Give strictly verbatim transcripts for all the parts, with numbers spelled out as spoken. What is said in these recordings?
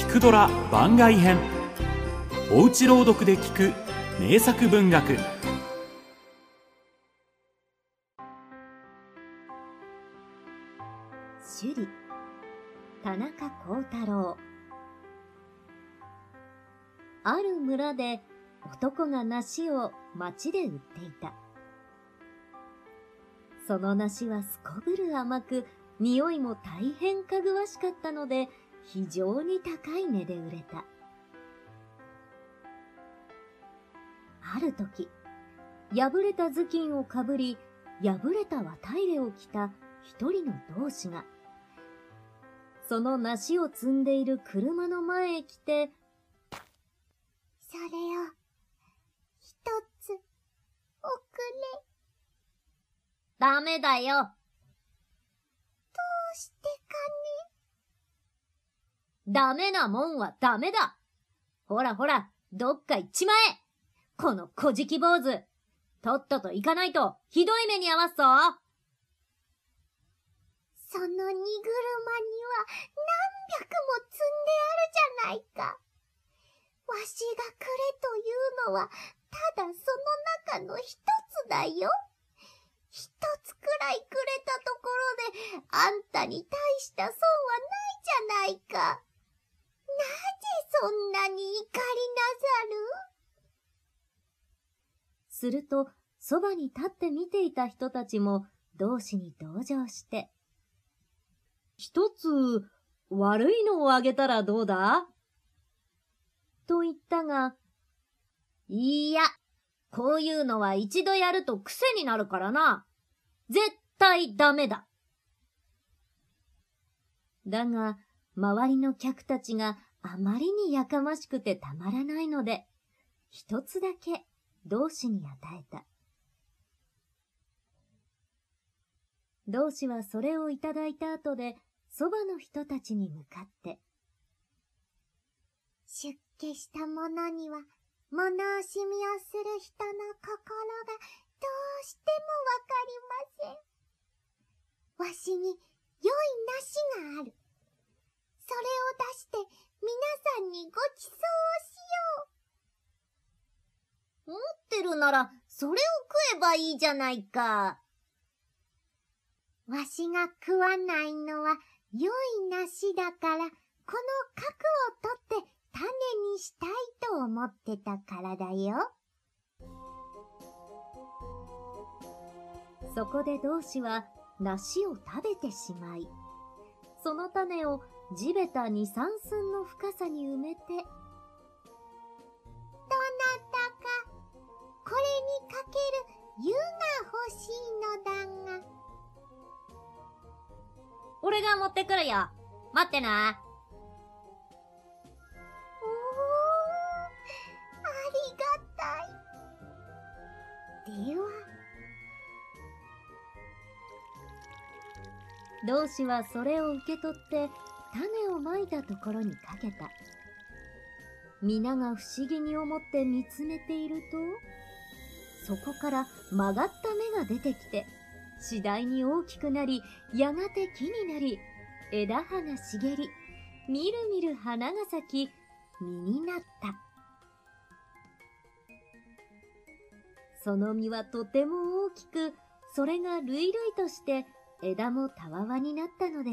くドラ番外編。おうち朗読で聞く名作文学。 首里、田中幸太郎。ある村で男が梨を町で売っていた。その梨はすこぶる甘く、匂いも大変かぐわしかったので、非常に高い値で売れた。ある時、破れた頭巾をかぶり、破れた綿入れを着た一人の同志が、その梨を積んでいる車の前へ来て、 それを一つおくれ。 ダメだよ。 どうしてかね。ダメなもんはダメだ。ほらほら、どっか行っちまえ。この小じき坊主。とっとと行かないとひどい目に遭わすぞ。 その荷車には何百も積んであるじゃないか。わしがくれというのは、ただその中の一つだよ。一つくらいくれたところで、あんたに大した損はないじゃないか。なぜそんなに怒りなさる？ すると、そばに立って見ていた人たちも同志に同情して、一つ悪いのをあげたらどうだ？と言ったが、いや、こういうのは一度やると癖になるからな。絶対ダメだ。だが、周りの客たちがあまりにやかましくてたまらないので、一つだけ同志に与えた。同志はそれをいただいた後で、そばの人たちに向かって、 出家した者には、物惜しみをする人の心がどうしてもわかりません。わしに良い梨がある。それを出して皆さんにご馳走をしよう。 持ってるならそれを食えばいいじゃないか。 わしが食わないのは良い梨だから、この核を取って種にしたいと思ってたからだよ。 そこで同志は梨を食べてしまい、その種を地べた二三寸の深さに埋めて、どなたかこれにかける湯が欲しいのだが。 俺が持ってくるよ。待ってな。 では、 同志はそれを受け取って種をまいたところにかけた。皆が不思議に思って見つめていると、そこから曲がった芽が出てきて、次第に大きくなり、やがて木になり、枝葉が茂り、みるみる花が咲き、実になった。その実はとても大きく、それがるいるいとして枝もたわわになったのであった。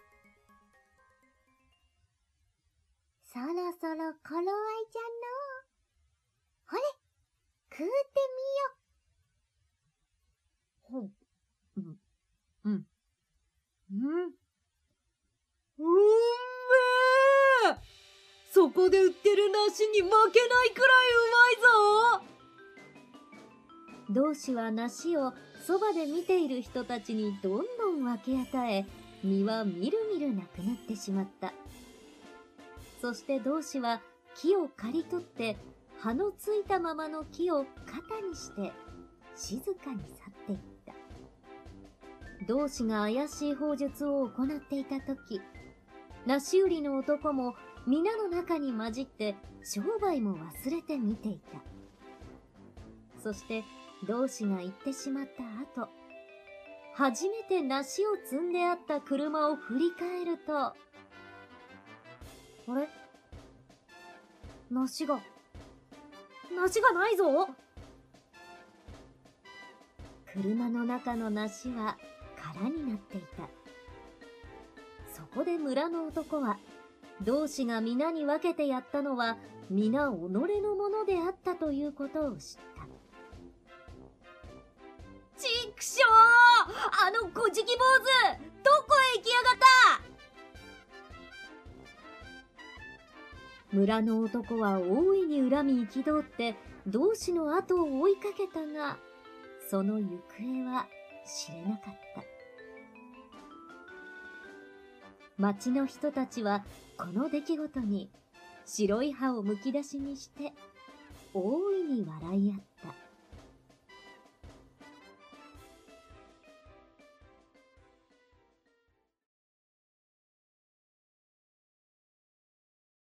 そろそろ頃合いじゃのう。ほれ、食うてみよ。ほ、うん、うん、うん。うめえ！そこで売ってる梨に負けないくらいうまいぞ！同志は梨をそばで見ている人たちにどんどん分け与え、実はみるみるなくなってしまった。そして同志は木を刈り取って、葉のついたままの木を肩にして静かに去っていった。同志が怪しい砲術を行っていたとき、梨売りの男も皆の中に混じって商売も忘れて見ていた。そして同志が行ってしまった後、初めて梨を積んであった車を振り返ると、 あれ？梨が、梨がないぞ。車の中の梨は空になっていた。そこで村の男は、同志が皆に分けてやったのは皆己のものであったということを知った。ちくしょう！あの小じき坊主、どこへ行きやがった！村の男は大いに恨み憤って同志の後を追いかけたが、その行方は知れなかった。町の人たちはこの出来事に白い歯をむき出しにして大いに笑い合った。